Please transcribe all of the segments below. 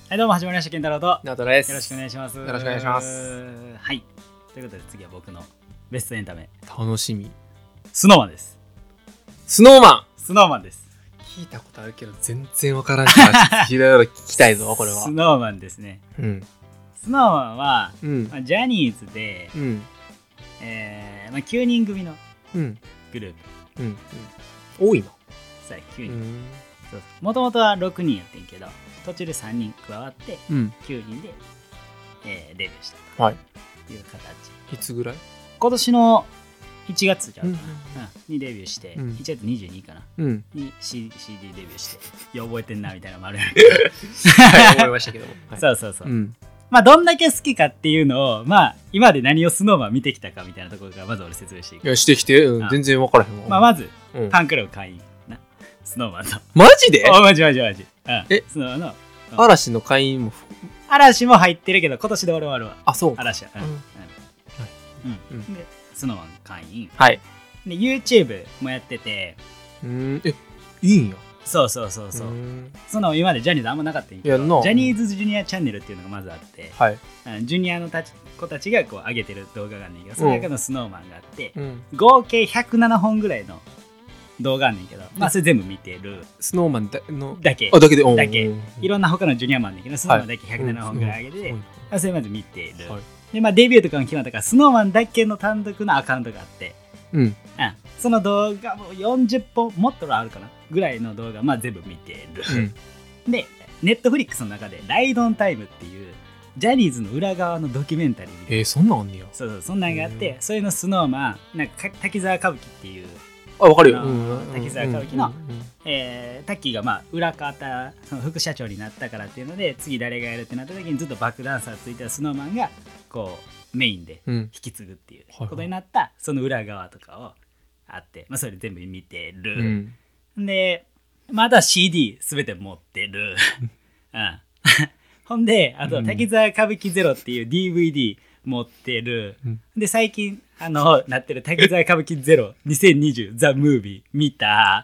はい、どうも始まりました。健太郎とナオトです。 よろしくお願いします。 よろしくお願いします。 はい、ということで次は僕のベストエンタメ、 楽しみ。 スノーマンです。 スノーマンスノーマンです。 聞いたことあるけど全然わからんからいろいろ聞きたいぞこれは。 スノーマンですね。スノーマンは、ジャニーズで、9人組のグループ。 多いのさあ9人。もともとは6人やってんけど途中で3人加わって9人で、デビューしたという形。 いつぐらい？ 今年の1月じゃん、にデビューして、1月22かな、に CD デビューして、いや覚えてんなみたいなのもあるやんけどはい覚えましたけども、 そうそうそう、まあどんだけ好きかっていうのをまあ今まで何をスノーマン見てきたかみたいなところからまず俺説明していく。 いやしてきて、全然分からへんわ。 まあまず、ファンクラブ会員なスノーマンの。 マジで？ マジ、スノーの嵐の会員も嵐も入ってるけど今年で俺終わるわ。 あ、そう嵐はでスノーマン会員、 はいで YouTube もやってて、 いいんや。 そうその今までジャニーズあんまなかったんやけど、ジャニーズジュニアチャンネルっていうのがまずあって、ジュニアの子たちがこう上げてる動画があるんだけど、その中のスノーマンがあって、合計107本ぐらいの動画あんねんけど、まあそれ全部見てる。 スノーマンのだけだけでいろんな他のジュニアマンだけど、スノーマンだけ107本ぐらい上げて、それまず見てる。でまあデビューとかも決まったからスノーマンだけの単独のアカウントがあって、その動画も40本もっとあるかなぐらいの動画、まあ全部見てる。でネットフリックスの中でライドオンタイムっていうジャニーズの裏側のドキュメンタリーみたいな、 そんなんあんねや。 そうそんなんがあって、そういうのスノーマンなんか滝沢歌舞伎っていう、 わかるよ。 滝沢歌舞伎のタッキーがまあ裏方、その副社長になったからっていうので、次誰がやるってなった時にずっとバックダンサーついてたスノーマンがこうメインで引き継ぐっていうことになったその裏側とかをあって、まあそれ全部見てる。でまだ CD すべて持ってる。ほんであと滝沢歌舞伎ゼロっていう DVD 持ってる。で最近なってる滝沢歌舞伎ゼロ2020ザ・ムービー見た。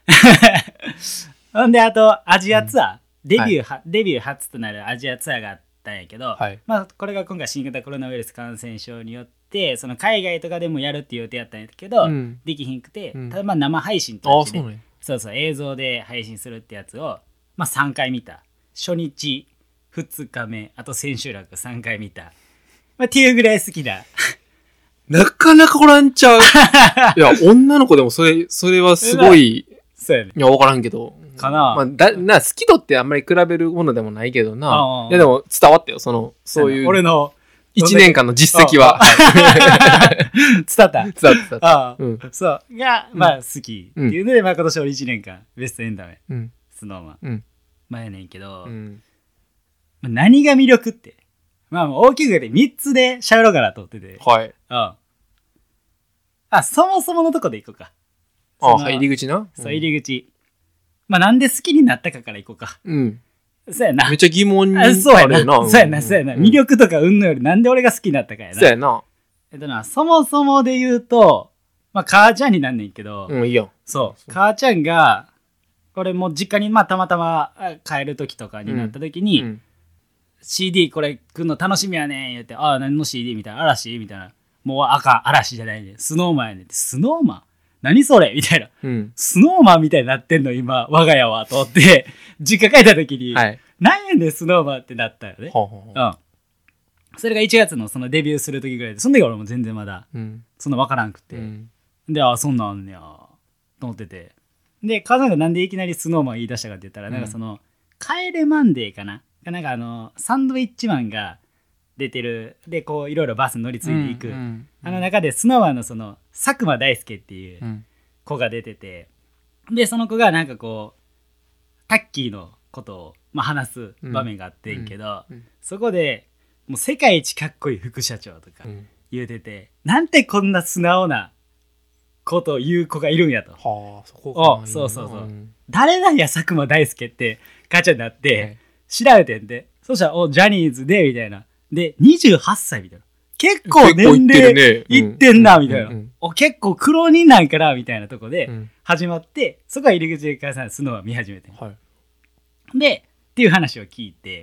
ほんであとアジアツアー、デビュー初となるアジアツアーがあったんやけど、まあこれが今回新型コロナウイルス感染症によってその海外とかでもやるっていう予定やったんやけど、できひんくて、ただまあ生配信としてで、そう映像で配信するってやつをまあ3回見た。初日2日目あと千秋楽3回見た。まあ、っていうぐらい好きだ。 なかなかおらんちゃう。いや、女の子でもそれはすごい。 そうやね。 いや、わからんけど。 かな。 まあ、好き度ってあんまり比べるものでもないけどな。いや、でも伝わったよ。そういう。 俺の 1年間の実績は。 伝わった。そうが、まあ好きっていうので、まあ今年俺1年間ベストエンタメ、スノーマン。まあやねんけど、何が魅力って。まあ大きくで3つで喋ろうかなと思ってて。そもそものとこでいこうか。 入り口な。 そう、入り口。まあなんで好きになったかからいこうか。そうやな。 めっちゃ疑問にあるよな。そうやな。魅力とかうんのよりなんで俺が好きになったかやな。 そうやな。 そもそもで言うと、まあ母ちゃんになんねんけど。 いいよ。 そう。母ちゃんが、これもう実家にまあたまたま帰る時とかになった時に、CD これ来んの楽しみやねん言って、何の CD みたいな、嵐みたいな、もう嵐じゃないねん、スノーマンやねんって、スノーマン何それみたいな、スノーマンみたいになってんの今我が家はと思って実家帰った時に、何やねんスノーマンってなったよね。それが1月のそのデビューする時ぐらいで、その時俺も全然まだそんな分からんくて、でそんなんあんねやと思ってて、で母さんがなんでいきなりスノーマン言い出したかって言ったら、なんかその帰れマンデーかな、なんかサンドウィッチマンが出てるでこういろいろバス乗り継いでいく、中でスノーマンのその佐久間大介っていう子が出てて、でその子がなんかこうタッキーのことを、まあ、話す場面があってんけど、そこでもう世界一かっこいい副社長とか言うてて、なんてこんな素直なことを言う子がいるんやと。そう誰なんや佐久間大介ってガチャになって、調べてんで、そしたらジャニーズでみたいなで28歳みたいな、結構年齢いってんなみたいな、結構苦労人なんかなみたいなとこで始まって、そこは入り口で母さんスノーは見始めて、でっていう話を聞いて、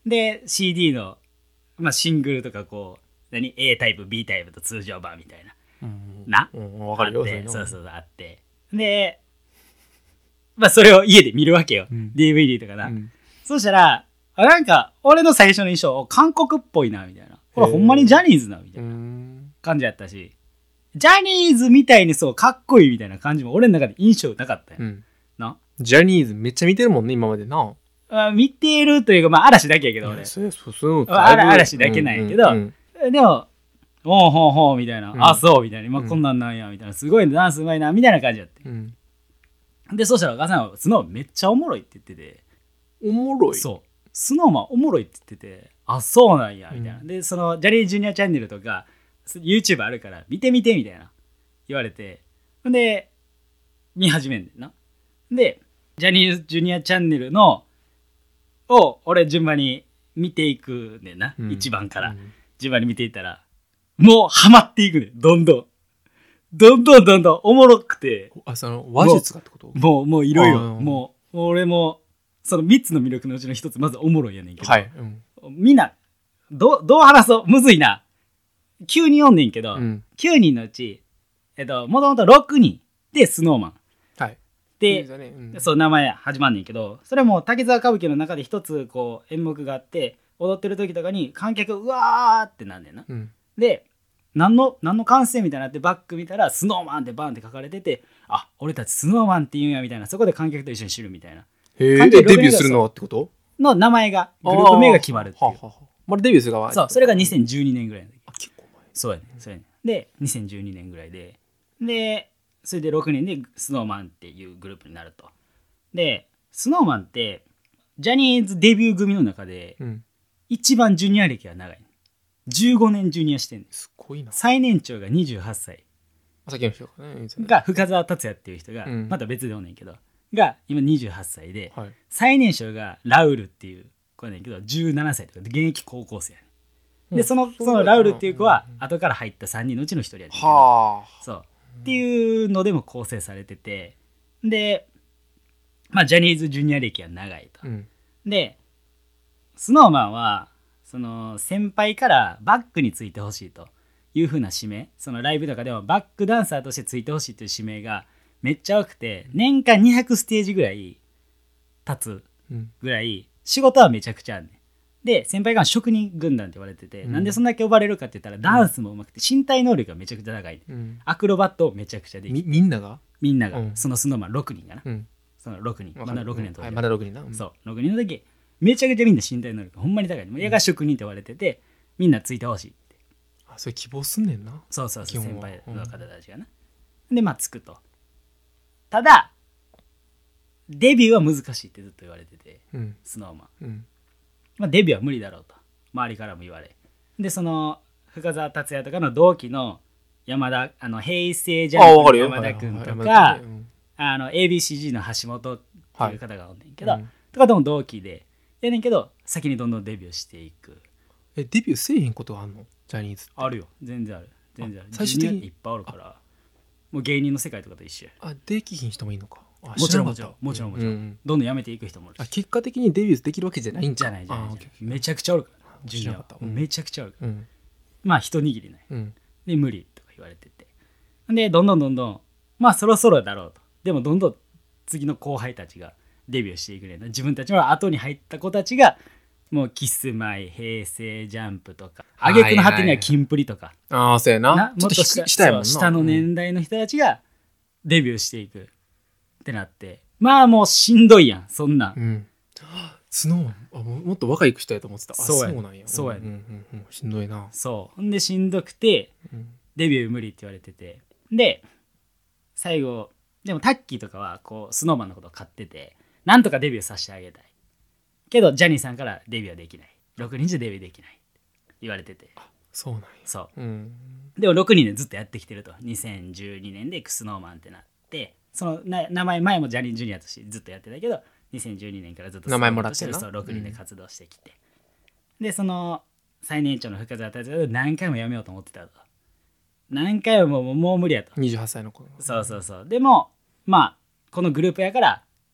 で CD の、まあ、シングルとかこうA タイプ B タイプと通常版みたいな、な、 わかるよ。 そうそうあって、でまあそれを家で見るわけよ、DVD とかな、そしたらなんか俺の最初の印象韓国っぽいなみたいな、これほんまにジャニーズなみたいな感じやったし、ジャニーズみたいにそうかっこいいみたいな感じも俺の中で印象なかったよ、な。 ジャニーズめっちゃ見てるもんね今までな。 見てるというか、まあ嵐だけやけど俺、嵐だけなんやけど、でもおうほうほうみたいな、あそうみたいな、今こんなんなんやみたいな、すごいダンスうまいなみたいな感じやって、でそしたらお母さんはスノーめっちゃおもろいって言ってて、 おもろい、 そうスノーマンおもろいって言ってて、あそうなんやみたいな、でそのジャニージュニアチャンネルとか YouTube あるから見てみてみたいな言われて、で見始めんねんな。でジャニーズジュニアチャンネルのを俺順番に見ていくねんな、1番から順番に見ていったらもうハマっていくねん、どんどんおもろくて、 その話術がってこと？ もういろいろ、もう俺もその3つの魅力のうちの1つ、まずおもろいやねんけど、みんなどう話そう、むずいな、9人おんねんけど、9人のうちもともと6人でスノーマンで、そう名前始まんねんけど、それも滝沢歌舞伎の中で一つこう演目があって、踊ってる時とかに観客うわーってなんねんな、で何の歓声みたいになって、バック見たらスノーマンってバンって書かれてて、あ俺たちスノーマンって言うんやみたいな、そこで観客と一緒に知るみたいな。 デビューするのってことの名前がグループ名が決まるっていう。 まだデビューする側。 そう、それが2012年ぐらいの時。 結構前。 そうやね。で2012年ぐらいで、それで6人でスノーマンっていうグループになると。でスノーマンってジャニーズデビュー組の中で一番ジュニア歴が長い。15年ジュニアしてんねん。 すごいな。 最年長が28歳。 さっきの人がね。 が深澤達也っていう人が、また別でおんねんけど、が今28歳で、最年少がラウルっていう子やねんけど17歳とかで現役高校生やねん。でそのラウルっていう子は後から入った3人のうちの1人やねんけど、そうっていうのでも構成されてて、でまあジャニーズジュニア歴は長いと、でスノーマンはその先輩からバックについてほしいという風な指名、そのライブとかでもバックダンサーとしてついてほしいという指名がめっちゃ多くて、年間200ステージぐらい立つぐらい仕事はめちゃくちゃあるねん。で先輩が職人軍団って言われてて、なんでそんだけ呼ばれるかって言ったら、ダンスもうまくて身体能力がめちゃくちゃ高い、アクロバットをめちゃくちゃできる。 みんなが、 そのスノーマン6人がな、その6人まだ6人の時、 まだ6人な、 そう6人の時めちゃくちゃみんな身体能力ほんまに高い。親が職人って言われてて、みんなついてほしいって、 それ希望すんねんな。 そう先輩の方たちがな、でまあつくと。ただデビューは難しいってずっと言われてて、スノーマン、まあ、デビューは無理だろうと周りからも言われ、でその深澤達也とかの同期の山田、平成ジャンプの山田君とか、ABCG の橋本っていう方がおんねんけど、とかとも同期でやねんけど、先にどんどんデビューしていく。 デビューせえへんことがあるの？ジャニーズってあるよ、全然ある。 最終的にいっぱいあるから、もう芸人の世界とかと一緒や。 できひん人もいいのか。 もちろんどんどん辞めていく人もいるし、 結果的にデビューできるわけじゃないんじゃない。めちゃくちゃあるからジュニアはめちゃくちゃあるから、まあ一握りない、で無理とか言われてて、でどんどんまあそろそろだろうと。でもどんどん次の後輩たちがデビューしていくねんな。自分たちの後に入った子たちがもうキスマイ、平成ジャンプとか、挙句の果てにはキンプリとか、 そうやな、 もっと下の年代の人たちがデビューしていくってなって、まあもうしんどいやんそんな、 スノーマンもっと若い人やと思ってた。 そうなんや。 そうやね、 しんどいな。 そうほんでしんどくて、デビュー無理って言われてて、で最後でもタッキーとかはこうスノーマンのことを買ってて、なんとかデビューさせてあげたいけどジャニーさんからデビューはできない、6人じゃデビューできないって言われてて。 そうなんや。 そう、でも6人でずっとやってきてると。2012年でスノーマンってなって、その名前前もジャニージュニアとしてずっとやってたけど、2012年からずっと名前もらってるそう6人で活動してきて、でその最年長の深澤達也が何回もやめようと思ってたと。何回ももう無理やと。 28歳の子。 そうでもまあこのグループやから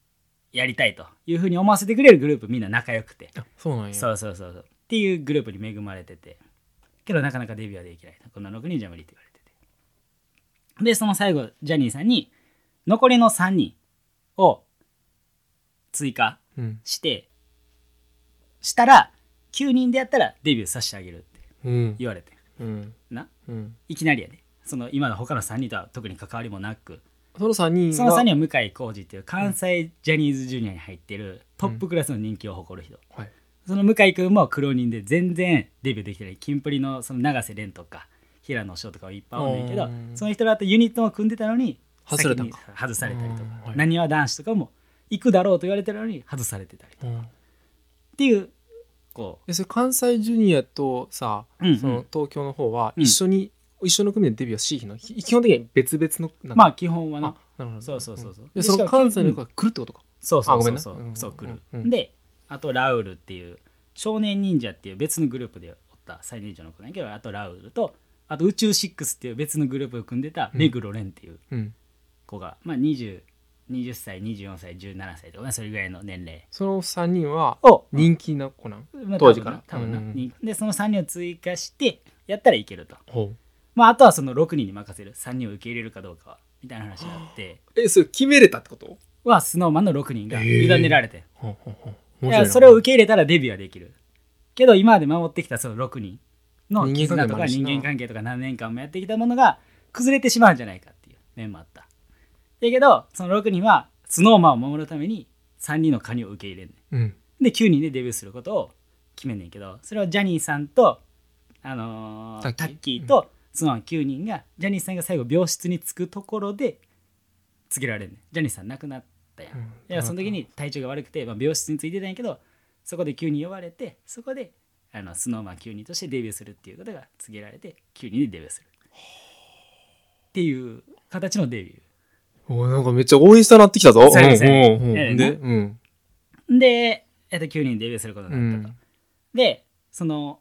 やりたいというふうに思わせてくれるグループみんな仲良くて、 あ、そうなんや。 そうっていうグループに恵まれてて、けどなかなかデビューはできない、こんな6人じゃ無理って言われてて、でその最後ジャニーさんに残りの3人を追加してしたら9人でやったらデビューさせてあげるって言われて、いきなりやで、その今の他の3人とは特に関わりもなく、 その3人その3人は向井康二っていう関西ジャニーズジュニアに入ってるトップクラスの人気を誇る人、その向井君も苦労人で全然デビューできてない、キンプリのその永瀬廉とか平野翔とかはいっぱいおんねんけど、その人らとユニットを組んでたのに外れた外されたりとか、なにわ男子とかも行くだろうと言われてるのに外されてたりとか、っていうこうそれ関西ジュニアとさ、その東京の方は一緒の組でデビューはしひんの？基本的に別々のまあ基本はな。 なるほど。 そうその関西の子が来るってことか。 そうごめんな。 そう来る。であとラウルっていう少年忍者っていう別のグループでおった最年長の子なんやけど、あとラウルとあと宇宙シックスっていう別のグループを組んでた目黒蓮っていう子が、まあ20歳24歳17歳とかそれぐらいの年齢。 その3人は人気な子なん当時から多分な、でその3人を追加してやったらいけると、まあ、あとはその6人に任せる、3人を受け入れるかどうかみたいな話があって、 それ決めれたってことはスノーマンの6人が委ねられて、 いやそれを受け入れたらデビューはできるけど、今まで守ってきたその6人の絆とか人間関係とか何年間もやってきたものが崩れてしまうんじゃないかっていう面もあった。だけどその6人はスノーマンを守るために3人の加入を受け入れんねん、で9人でデビューすることを決めんねんけど、それはジャニーさんとタッキーとスノーマン9人がジャニーさんが最後病室に着くところで告げられるねん。ジャニーさん亡くなったやん、いやその時に体調が悪くて、まあ、病室に着いてたんやけど、そこで9人呼ばれて、そこでスノーマン9人としてデビューするっていうことが告げられて9人でデビューするっていう形のデビュー。 なんかめっちゃ応援したなってきたぞ。 で、9人デビューすることになったと、でその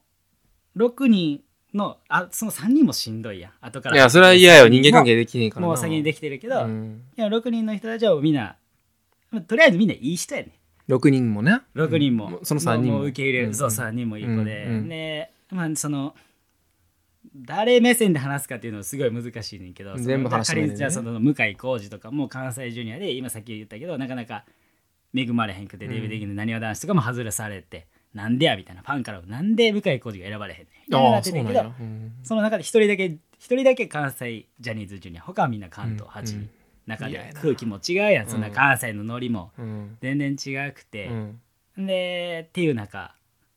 6人のその3人もしんどいやん、後から。 いやそれは嫌よ、人間関係できねえからな。 もう先にできてるけど、いや6人の人たちはみんなとりあえずみんないい人やねん。 6人もね、 6人も、 その3人も受け入れる、そう3人もいい子で、でまあその誰目線で話すかっていうのはすごい難しいねんけど、 全部話してじゃあその向井康二とかも関西ジュニアで今さっき言ったけどなかなか恵まれへんくてデビューできるなにわ男子とかも外れされて、なんでやみたいな、ファンからもなんで向井康二が選ばれへんねんみたいななってたけど、その中で一人だけ関西ジャニーズジュニア、他はみんな関東8人、中で空気も違うやん、そんな関西のノリも全然違くて、でっていう中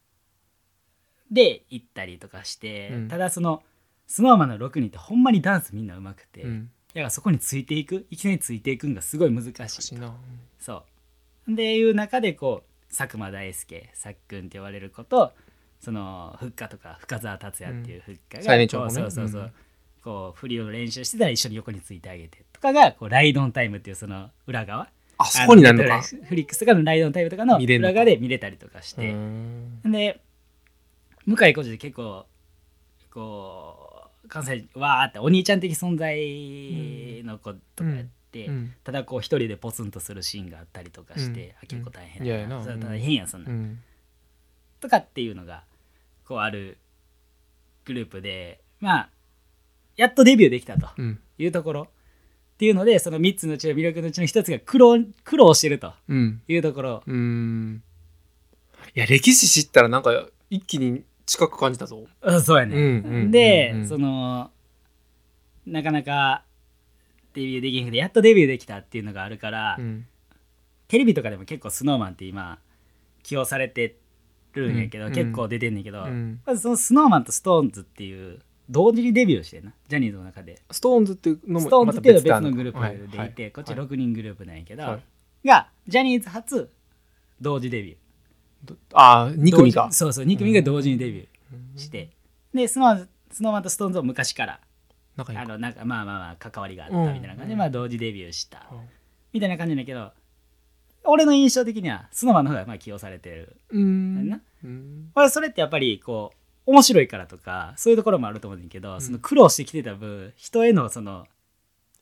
で行ったりとかして、ただそのスノーマンの6人ってほんまにダンスみんな上手くて、だからそこについていく、いきなりついていくんがすごい難しいな。そうでいう中でこう佐久間大介さっくんって言われる子と、そのフッカとか深澤達也っていうフッカが、 最年長のね、 こう振りを練習してたら一緒に横についてあげてとかがこうライドンタイムっていうその裏側、 そこになるのか、 フリックスとかのライドンタイムとかの裏側で見れたりとかして、で向井康二で結構こう関西わーってお兄ちゃん的存在の子とかやって、ただこう一人でポツンとするシーンがあったりとかして、結構大変だな、大変やんそんな、とかっていうのがこうあるグループで、まあやっとデビューできたというところっていうので、その3つのうちの魅力のうちの1つが苦労してるというところ、 いや歴史知ったらなんか一気に近く感じたぞ。 そうやね、でそのなかなかデビューできなくてやっとデビューできたっていうのがあるから、テレビとかでも結構スノーマンって今起用されてるんやけど、結構出てんねんけど、まずそのスノーマンとストーンズっていう同時にデビューしてんな、ジャニーズの中で。 ストーンズっていうのもストーンズっていうのは別のグループでいて、こっち6人グループなんやけど、がジャニーズ初同時デビュー。 2組がそう2組が同時にデビューして、でスノーマンとストーンズは昔からなんかまあ関わりがあったみたいな感じで、同時デビューしたみたいな感じだけど、俺の印象的にはスノーマンの方がまあ起用されてるな。俺それってやっぱりこう面白いからとかそういうところもあると思うんだけど、その苦労してきてた分人へのその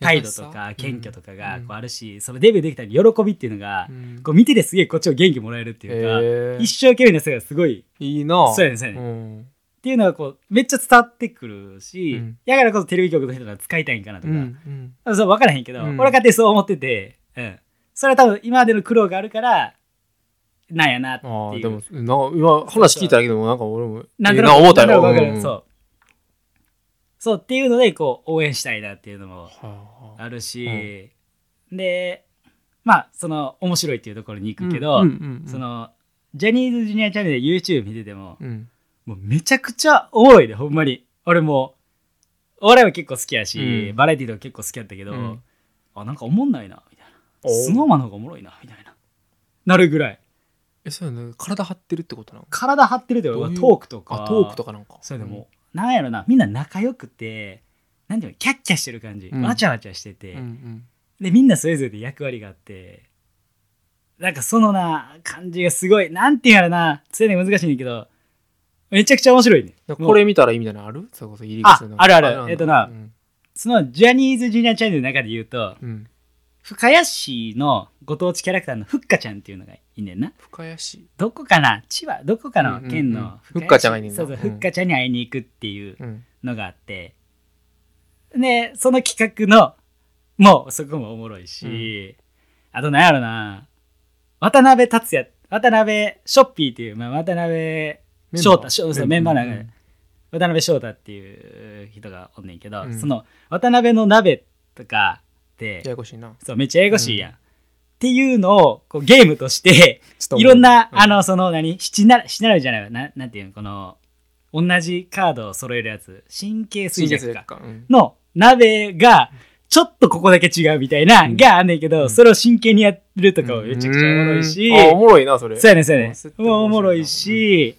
態度とか謙虚とかがこうあるし、そのデビューできた喜びっていうのがこう見ててすげえこっちを元気もらえるっていうか、一生懸命な姿がすごいいいな。 そうやねそうやね、っていうのがこうめっちゃ伝わってくるし、やからこそテレビ局の人が使いたいんかなとか、そう分からへんけど、俺は勝手にそう思ってて、それは多分今までの苦労があるからなんやなっていう。 でも今話聞いただけでもなんか俺もなんとなく思ったよ。そうっていうのでこう応援したいなっていうのもあるし、でまあその面白いっていうところに行くけど、そのジャニーズジュニアチャンネルで YouTube 見てても、もうめちゃくちゃおもろいで、ほんまに。俺もお笑いは結構好きやし、バラエティーとか結構好きやったけど、なんかおもんないなみたいな、スノーマンの方がおもろいなみたいななるぐらい。 そうやね、体張ってるってことなの？ 体張ってるってことはトークとか。 トークとかなんか。 それでも、なんやろな、みんな仲良くて、なんていうの、キャッキャしてる感じ、わちゃわちゃしてて、でみんなそれぞれで役割があって、なんかそのな感じがすごい、なんていうんやろな、常に難しいんだけど、めちゃくちゃ面白いね。 これ見たらいいみたいなのある？それこそ入り口の。あるある。そのジャニーズジュニアチャンネルの中で言うと、深谷市のご当地キャラクターのふっかちゃんっていうのがいいねんな。 深谷市どこかな、千葉どこかの県のふっかちゃんがいいねんな。 そうそう、ふっかちゃんに会いに行くっていうのがあって、でその企画のもうそこもおもろいし、あとなんやろな、渡辺達也、渡辺ショッピーっていう、渡辺翔太、メンバーなんか渡辺翔太っていう人がおんねんけど、その渡辺の鍋とかってややこしいな。 そうめっちゃややこしいやん、っていうのをこうゲームとしていろんな、その七並べじゃないわ、なんていうの、この同じカードを揃えるやつ、神経衰弱かの鍋がちょっとここだけ違うみたいながあんねんけど、それを真剣にやるとかもめちゃくちゃおもろいし、 おもろいなそれ。 そうやねそうやね、おもろいし、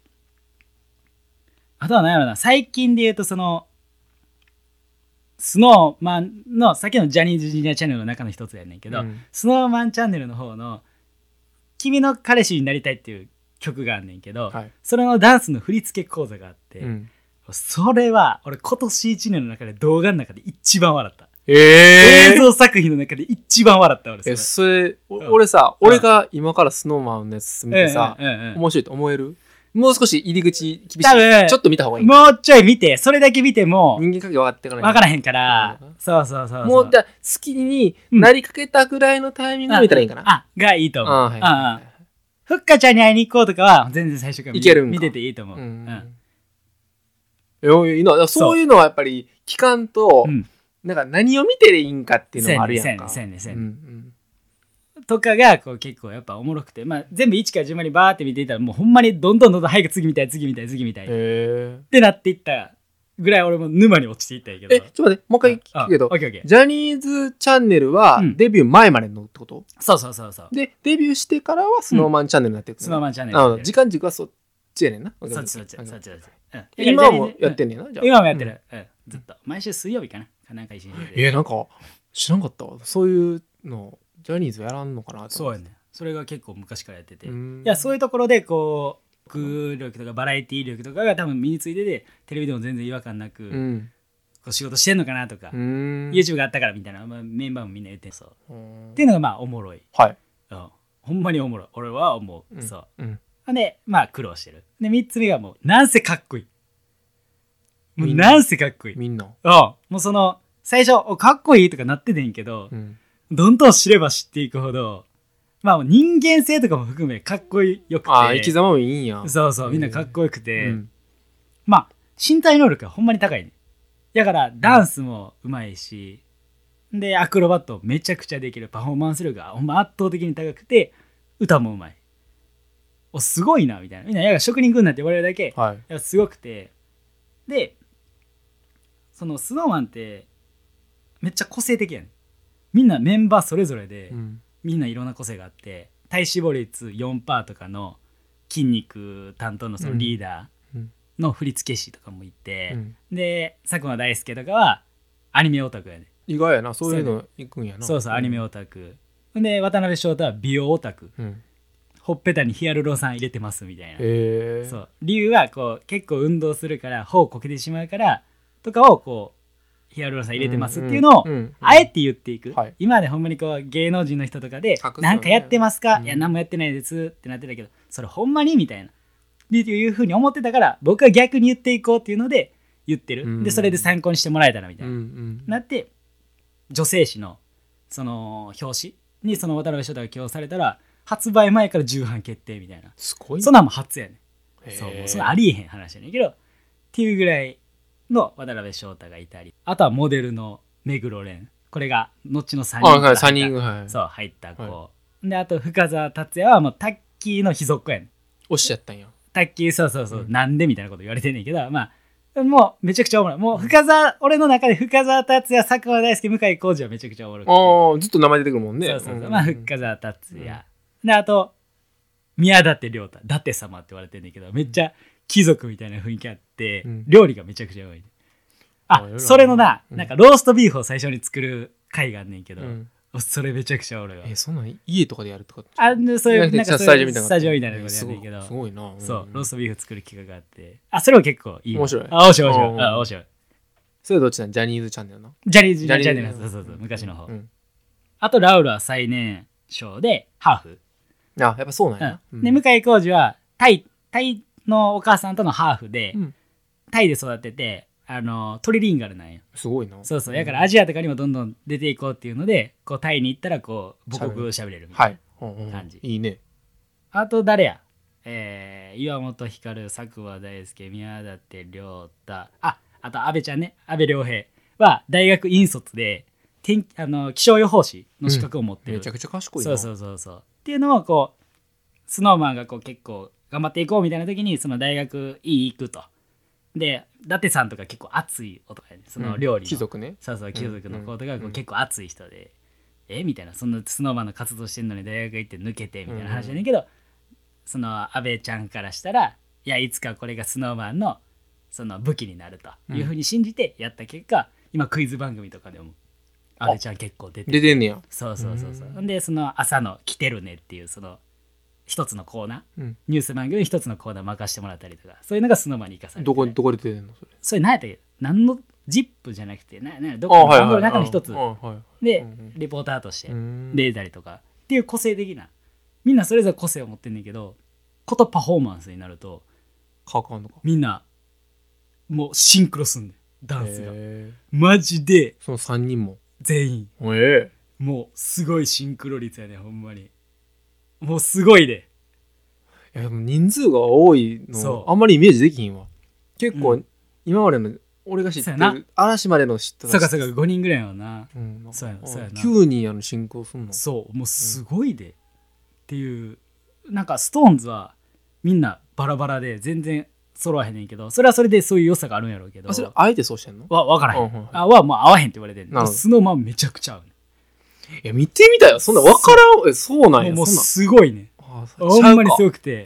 あとは何やろな、最近で言うとそのスノーマンのさっきのジャニーズジュニアチャンネルの中の一つやねんけど、スノーマンチャンネルの方の君の彼氏になりたいっていう曲があんねんけど、それのダンスの振り付け講座があって、それは俺今年1年の中で動画の中で一番笑った。映像作品の中で一番笑った俺。 それ俺さ、俺が今からスノーマンのやつ見てさ、面白いと思える？もう少し入り口厳しい。ちょっと見た方がいい。 もうちょい見て、それだけ見ても人間関係分かってから分からへんから、そうそうそう。 もう好きになりかけたぐらいのタイミングで見たらいいかな。 がいいと思う。ふっかちゃんに会いに行こうとかは全然最初から見てていいと思う。 いいな。そういうのはやっぱり期間と、なんか何を見ていいんかっていうのもあるやんか。 とかがこう結構やっぱおもろくて、全部1から10までバーって見ていたらもうほんまにどんどん早く次みたいってなっていったぐらい俺も沼に落ちていったんやけど。 ちょっと待って、もう一回聞くけど、ジャニーズチャンネルはデビュー前までのってこと？ そうそうそうそう。 でデビューしてからはスノーマンチャンネルになっていく。 スノーマンチャンネル。 時間軸はそっちやねんな。 そっち。 今もやってんねんな。 今もやってる。ずっと毎週水曜日かな。なんか一緒に。 なんか知らんかったわ。そういうのジャニーズやらんのかなと。 そうやね。それが結構昔からやってて、いやそういうところでこう空力とかバラエティー力とかが多分身についてて、テレビでも全然違和感なく、こう仕事してんのかなとか、YouTube があったからみたいな、メンバーもみんな言ってそう。っていうのがおもろい。ほんまにおもろい。俺は思う。そう。で苦労してる。で3つ目がもうなんせかっこいい。もうなんせかっこいい。 みんな。 もうその最初かっこいいとかなっててんけど、どんどん知れば知っていくほど、人間性とかも含めかっこよくて、 生き様もいいんや。 そうそう、みんなかっこよくて、身体能力がほんまに高いね。だからダンスもうまいし、でアクロバットめちゃくちゃできる、パフォーマンス力がほんま圧倒的に高くて、歌もうまい。すごいなみたいな。みんな職人軍なんて言われるだけ、すごくて、でそのスノーマンってめっちゃ個性的やねん。みんなメンバーそれぞれで、みんないろんな個性があって、体脂肪率 4% とかの筋肉担当のそのリーダーの振付師とかもいて、で佐久間大介とかはアニメオタクやね。 意外やな、そういうの行くんやな。 そうそう、アニメオタクで、渡辺翔太は美容オタク、ほっぺたにヒアルロン酸入れてますみたいな。そう理由はこう結構運動するから頬こけてしまうからとかをこうヒアルロン酸入れてますっていうのをあえて言っていく、 はい、 今までほんまにこう芸能人の人とかでなんかやってますか、いや何もやってないですってなってたけど、それほんまにみたいなっていうふうに思ってたから、僕は逆に言っていこうっていうので言ってる、でそれで参考にしてもらえたらみたいな、なって女性誌のその表紙にその渡辺翔太が起用されたら発売前から重版決定みたいな、 すごい、 そんなんも初やねん。そう、そんなありえへん話やねんけどっていうぐらいの渡辺翔太がいたり、あとはモデルの目黒蓮、これが後の3人はい、3人、はい、 そう入った子、 はであと深澤達也はもうタッキーの秘蔵っ子やねん。 おっしゃったんや。 タッキー、そうそうそう、なんでみたいなこと言われてんねんけど、まあもうめちゃくちゃおもろい。もう深澤、俺の中で深澤達也、佐久間大介、向井康二はめちゃくちゃおもろくて、 ああずっと名前出てくるもんね。 そうそうそう、まあ深澤達也、であと宮舘涼太、舘様って言われてんねんけど、めっちゃ貴族みたいな雰囲気あって、料理がめちゃくちゃうまい。それのな、なんかローストビーフを最初に作る回があんねんけど、それめちゃくちゃ俺は。 そんなん家とかでやるとか。 そういうなんかスタジオみたいな。 スタジオみたいなことやんねんけど、 すごいな。 そう、ローストビーフ作る企画があって、それも結構いい。 面白い。 面白い。面白い。 それどっちなん？ジャニーズチャンネルの？ ジャニーズチャンネル、そうそうそう、昔の方。あとラウルは最年少でハーフ。 やっぱそうなんや。 で向井康二はタイのお母さんとのハーフで、タイで育ててトリリンガルなんや。 すごいな。 そうそう、だからアジアとかにもどんどん出ていこうっていうので、こうタイに行ったらこう母国語喋れるみたいな感じ。 いいね。 あと誰や、岩本照、佐久間大介、宮舘涼太、あと安倍ちゃんね、安倍良平は大学院卒で気象予報士の資格を持ってる、 めちゃくちゃ賢いな。 そうっていうのをこうスノーマンがこう結構頑張っていこうみたいな時にその大学行くと。で伊達さんとか結構熱い男やね、その料理の、 貴族ね。 そう貴族の子とか結構熱い人で、みたいな、そんなスノーマンの活動してんのに大学行って抜けてみたいな話やねんけど、その安倍ちゃんからしたら、いやいつかこれがスノーマンのその武器になるというふうに信じてやった結果、今クイズ番組とかでも安倍ちゃん結構出てんねや。 そうでその朝の来てるねっていうその一つのコーナー、ニュース番組に一つのコーナー任せてもらったりとか、そういうのがスノーマンに生かされて、 どこで出てんのそれ？ それ何やったっけ、何のジップじゃなくてどこの番組の中の一つでリポーターとして出たりとかっていう個性的な、みんなそれぞれ個性を持ってんねんけど、ことパフォーマンスになるとみんなもうシンクロすんねん、ダンスがマジで。 その3人も全員もうすごいシンクロ率やね、ほんまにもうすごいで。 いやでも人数が多いのあんまりイメージできひんわ。結構、今までの俺が知ってる嵐までの知ったそうか5人ぐらいはな、そうやな 9人進行すんの。 そうもうすごいで、っていう、なんかストーンズはみんなバラバラで全然揃わへんねんけど、それはそれでそういう良さがあるんやろうけど、 それあえてそうしてんの？ 分からへん、はもう合わへんって言われてんの。スノーマンめちゃくちゃ合うね。 いや見てみたよ、そんな分からん。そうなんや。 もうすごいね、ほんまにすごくて、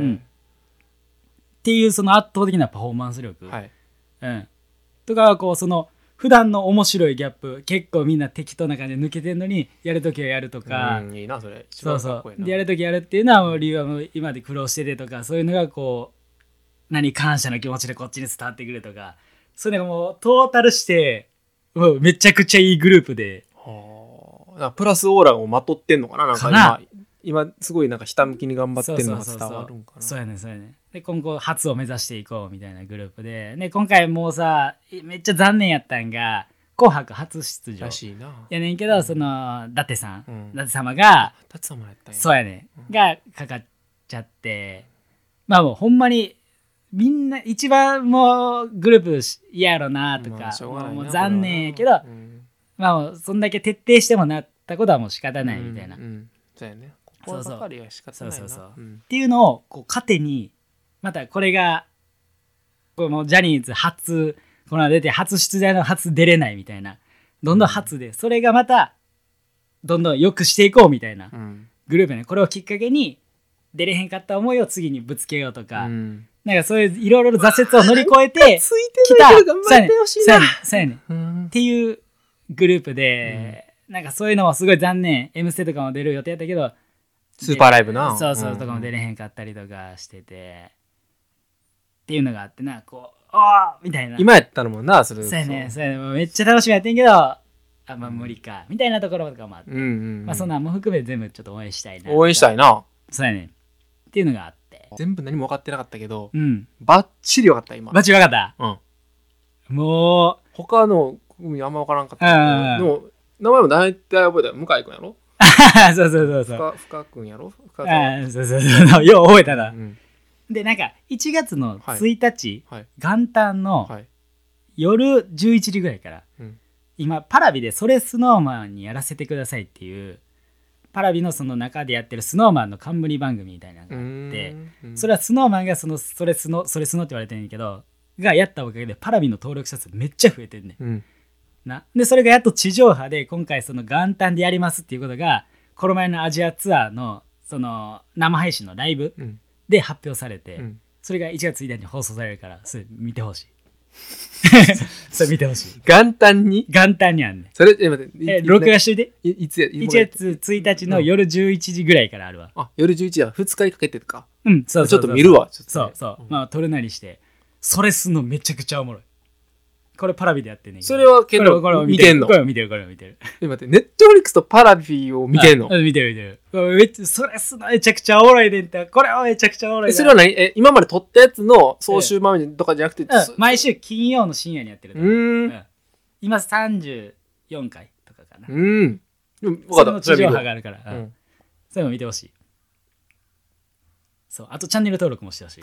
っていうその圧倒的なパフォーマンス力、とかこうその普段の面白いギャップ、結構みんな適当な感じで抜けてんのにやるときはやるとか、 いいなそれ。 そうでやるときやるっていうのはもう理由はもう今まで苦労しててとか、そういうのがこう感謝の気持ちでこっちに伝わってくるとか、そういうのがもうトータルしてもうめちゃくちゃいいグループで、 プラスオーラをまとってんのかな、なんか今すごいなんかひたむきに頑張ってんのが伝わるんかな。 そうやね。で今後初を目指していこうみたいなグループで、今回もうさめっちゃ残念やったんが紅白初出場らしいなやねんけど、その伊達さん、伊達様がそうやね、がかかっちゃって、まあもうほんまにみんな一番もうグループ嫌やろなとか、もう残念やけど、まあもうそんだけ徹底してもなったことはもう仕方ないみたいな、 そうやね、ここばかりは仕方ないな。 っていうのをこう糧に、またこれがこのジャニーズ初この出て初出題の初出れないみたいな、どんどん初でそれがまたどんどん良くしていこうみたいなグループね。これをきっかけに出れへんかった思いを次にぶつけようとか、なんかそういういろいろ挫折を乗り越えてきたそうやねっていうグループで、なんかそういうのもすごい残念。M ステとかも出る予定やったけど、 スーパーライブなそうとかも出れへんかったりとかしてて、っていうのがあってな、こうおーみたいな。 今やったのもんな、それ。 そうやね。そうやね。もうめっちゃ楽しみやってんけど、あ、まあ無理か。みたいなところとかもあって。 うんうんうん、 まあそんなんも含めて全部ちょっと応援したいな。 応援したいな。 そうやね。っていうのがあって。 全部何も分かってなかったけど、 うん。 バッチリ分かった、今。 バッチリ分かった。 うん。 もう。 他の組あんま分からんかったけど、でも、名前も大体覚えたよ。向井くんやろそうそうそうそう。 深くんやろそうそうそう。よう覚えたな。 うん、 で、なんか、1月の1日、 はい、 元旦のはい、 夜11時ぐらいから、 うん、 今、パラビでそれスノーマンにやらせてくださいっていう、パラビのその中でやってるスノーマンの冠番組みたいなのがあって、それはスノーマンがそれスノって言われてるんだけど、がやったおかげでパラビの登録者数めっちゃ増えてんねん。 うんでそれがやっと地上波で今回その元旦でやりますっていうことがこの前のアジアツアーのその生配信のライブで発表されて、それが1月1日に放送されるからそれ見てほしいそれ見てほしい。 元旦にあんねん。 それ待って録画しといて。 いつや 1月1日の夜11時ぐらいからあるわ。 あ、夜11時は2日にかけてか。 うんそう。 ちょっと見るわ。 そう、まあ撮るなりしてそれすんのめちゃくちゃおもろい。これパラビでやってんねんけど。 それはけどこれ見てんの。 これ見てる。 待って、ネットフリックスとパラビを見てんの。 見てる。それすのめちゃくちゃおもろいねんって。これはめちゃくちゃおもろい。 それは何今まで撮ったやつの総集版とかじゃなくて、 毎週金曜の深夜にやってる。今34回とかかな。その地上波があるから。そういうの見てほしい。そう、あとチャンネル登録もしてほしい。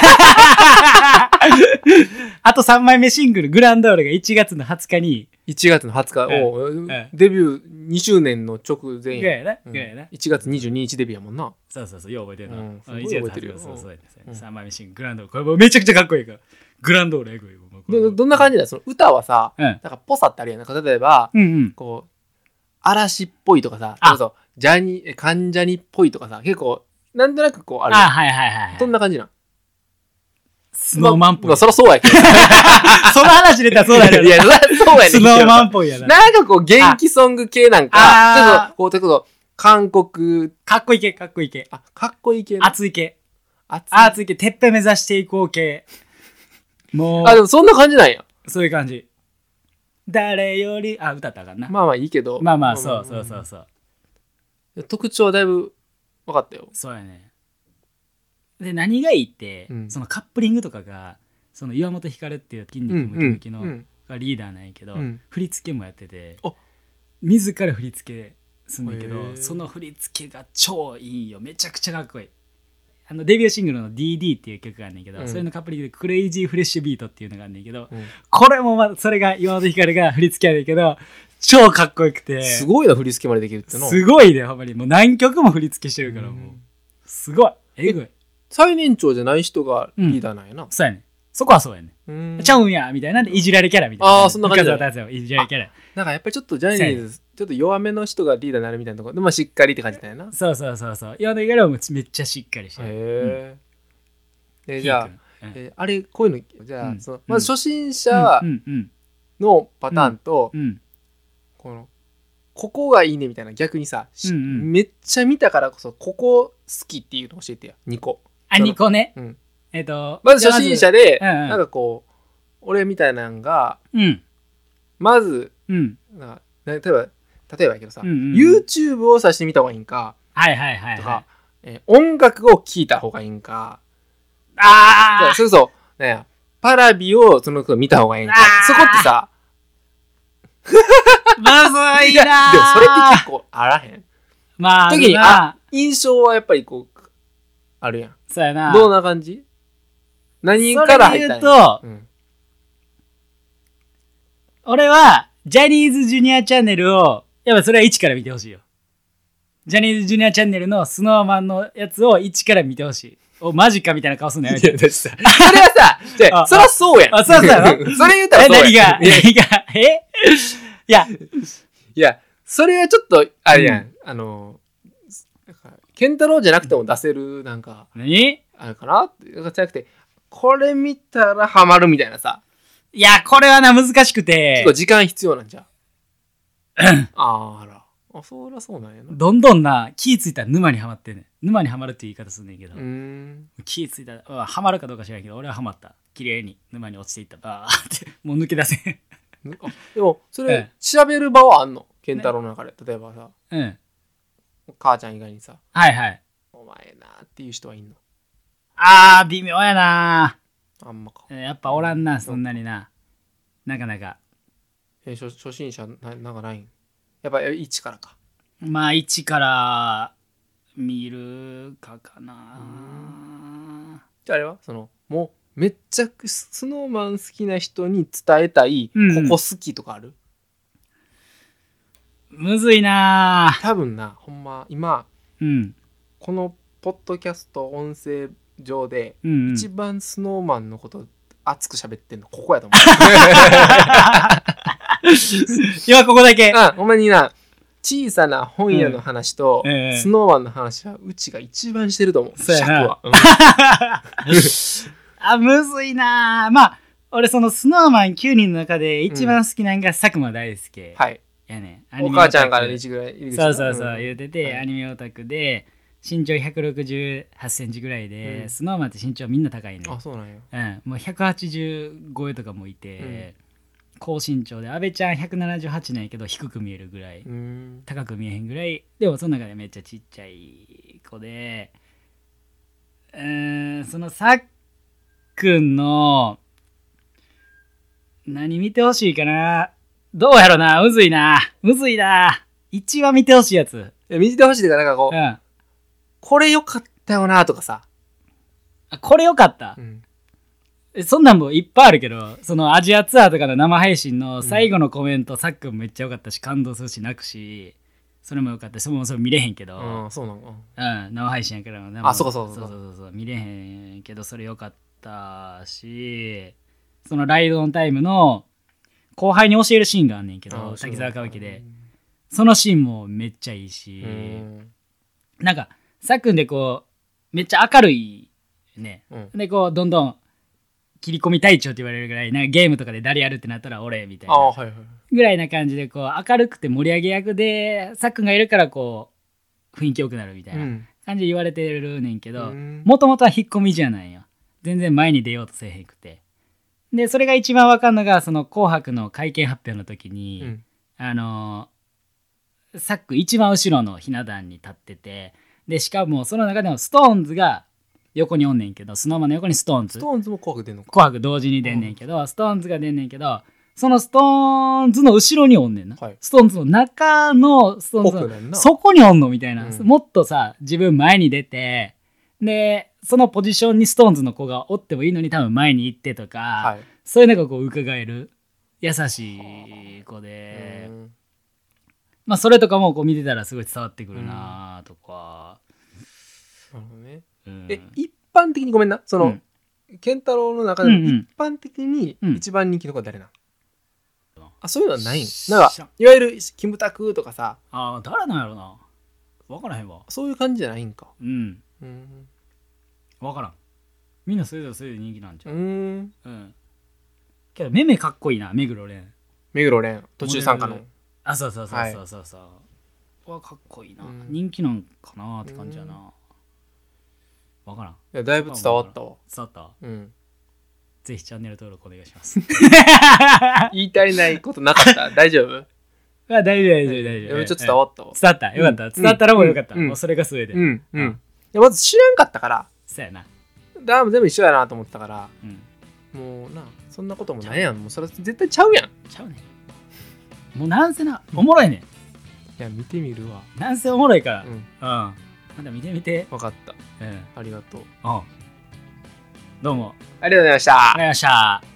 あと3枚目シングルグランドールが1月の20日に 1月の20日を、デビュー2周年の直前や。 1月22日デビューやもんな。 そう、よう覚えてるな。 1月覚えてるよ。 そう3枚目シングルグランドール。これもうめちゃくちゃかっこいいから。グランドールエグい。 どんな感じだその歌はさ、なんかぽさってあるやん。なんか例えば、こう、嵐っぽいとかさ、関ジャニっぽいとかさ、結構、なんとなくこうある。 はい。 どんな感じなんスノーマンっぽい。 そりゃそうやけど。その話出たらそうだよね。 いや、そりゃそうやねん。 スノーマンっぽいやな。 なんかこう、元気ソング系なんか、ちょっと、こう、韓国。 かっこいい系。 あ、かっこいい系。 熱い系。熱い系。てっぺん目指していこう系。もう。 でもそんな感じなんや。 そういう感じ。誰より、歌ったらあかんな。 まあいいけど。 まあ、そう。 特徴はだいぶ分かったよ。 そうやね。で何がいいって、そのカップリングとかがその岩本照っていう筋肉ムキムキのがリーダーなんやけど、振り付けもやってて、自ら振り付けすんだけど、その振り付けが超いいよ。めちゃくちゃかっこいい。デビューシングルの DD っていう曲があんねんけど、それのカップリングでクレイジーフレッシュビートっていうのがあんねんけど、これもそれが岩本照が振り付けやねんけど超かっこよくて、 すごいな。振り付けまでできるってのすごいね。ほんまにもう何曲も振り付けしてるから、もうすごいえぐい。 最年長じゃない人がリーダーなんやな。 そうやね。そこはそうやね。ちゃうんやみたいなんでいじられキャラみたいな。 そんな感じだ。 いじられキャラ。 なんかやっぱりちょっとジャニーズちょっと弱めの人がリーダーになるみたいなところで、まあしっかりって感じだよな。 そう。岩野キャラもめっちゃしっかりしてる。じゃああれこういうのじゃあまず初心者のパターンとここがいいねみたいな、逆にさめっちゃ見たからこそここ好きっていうの教えてや。2個。 2個ね。 まず初心者でなんかこう俺みたいなのがまず例えばやけどさ YouTube をさしてみた方がいいんかとか音楽を聴いた方がいいんか、それこそパラビを見た方がいいんか、そこってさまずいな。 でもそれって結構あらへん。 まあ時に印象はやっぱりこうあるやん。 そうやな。 どんな感じ？何から入ったんや。 それで言うと、俺はジャニーズジュニアチャンネルをやっぱそれは1から見てほしいよ。ジャニーズジュニアチャンネルのスノーマンのやつを1から見てほしい。マジかみたいな顔すんのやめて。 それはさ、そりゃそうやん。 そうやろ。 それ言うたらそうやん。 何がいや、それはちょっとあれやん。ケンタロウじゃなくても出せるなんかあるかなってじゃなくて、これ見たらハマるみたいなさ。 いやこれはな難しくて結構時間必要なんじゃ。あら。 あ、そりゃそうなんやな。 どんどんな気ぃついたら沼にはまってんねん。沼にはまるっていう言い方すんねんけど、気ぃついたらはまるかどうか知らんけど俺ははまった。綺麗に沼に落ちていったバーってもう抜け出せんでもそれ調べる場はあんの？健太郎の中で例えばさ、母ちゃん以外にさ、 はいはい、 お前なっていう人はいんの？ あー微妙やな。 あんまか。 やっぱおらんな、そんなにな。なかなか。 初心者なんかないん？やっぱ一からか。 まあ一から見るかな。 じゃああれはもうめっちゃスノーマン好きな人に伝えたい、ここ好きとかある？ むずいな。 多分な、ほんま今、このポッドキャスト音声上で、一番スノーマンのこと熱く喋ってんのここやと思う今ここだけ。 ほんまにな、小さな本屋の話と、スノーマンの話はうちが一番してると思う。尺は。 あ、むずいな。まあ俺そのスノーマン9人の中で一番好きなんが佐久間大輔。 はい。 やね。 お母ちゃんから1ぐらい。 そう言うてて、アニメオタクで身長168センチぐらいで、スノーマンって身長みんな高いね。 あ、そうなんや。 もう180超えとかもいて、高身長で阿部ちゃん178なんやけど低く見えるぐらい、高く見えへんぐらいでもその中でめっちゃちっちゃい子で、そのさっくんの何見てほしいかな。どうやろな。むずいな。一番見てほしいやつ。 見てほしいってか、なんかこう、これ良かったよなとかさ。 これ良かった、そんなんもいっぱいあるけど、そのアジアツアーとかの生配信の最後のコメント、さっくんめっちゃ良かったし感動するし泣くし、それも良かったし、それ見れへんけど、 そうなの？ 生配信やからそう見れへんけどそれ良かったし、そのライドオンタイムの後輩に教えるシーンがあんねんけど、滝沢歌舞伎で、そのシーンもめっちゃいいし、なんかさっくんでこうめっちゃ明るいね、でこうどんどん切り込み隊長って言われるぐらい、なんかゲームとかで誰やるってなったら俺みたいなぐらいな感じで、こう明るくて盛り上げ役でさっくんがいるからこう雰囲気良くなるみたいな感じで言われてるねんけど、もともとは引っ込みじゃないよ。全然前に出ようとせえへんくて、でそれが一番分かんのが、その紅白の会見発表の時に、さっくん一番後ろのひな壇に立ってて、でしかもその中でもストーンズが横におんねんけど、スノーマンの横にストーンズも紅白出んのか。 紅白同時に出んねんけど、ストーンズが出んねんけど、そのストーンズの後ろにおんねんな、ストーンズの中のストーンズのそこにおんのみたいな、もっとさ自分前に出て、でそのポジションにストーンズの子がおってもいいのに多分前に行ってとか、そういうのがこう伺える優しい子で、まあそれとかもこう見てたらすごい伝わってくるなとか。 なるほどね。一般的にごめんな、その、健太郎の中でも一般的に一番人気の子は誰なの？そういうのはないん？なんかいわゆるキムタクとかさ、 誰なんやろな、分からへんわ。 そういう感じじゃないんか。 分からん。みんなそれぞれそれで人気なんじゃん。けどめめかっこいいな、目黒蓮途中参加の。 そうはかっこいいな、人気なんかなって感じやな。分からん。いやだいぶ伝わったわ。 ぜひチャンネル登録お願いします言い足りないことなかった？大丈夫？ 大丈夫。 ちょっと伝わったわ。 伝わった。よかった。伝わったらもうよかった。もうそれが全て。 まず知らんかったから。 そうやな。 全部一緒やなと思ってたから。もうな、そんなこともないやん。もうそれ絶対ちゃうやん。 ちゃうねん。もうなんせな、おもろいねん。いや、見てみるわ。 なんせおもろいから。まだ見てみて。 分かった。ありがとう。 どうもありがとうございました。 ありがとうございました。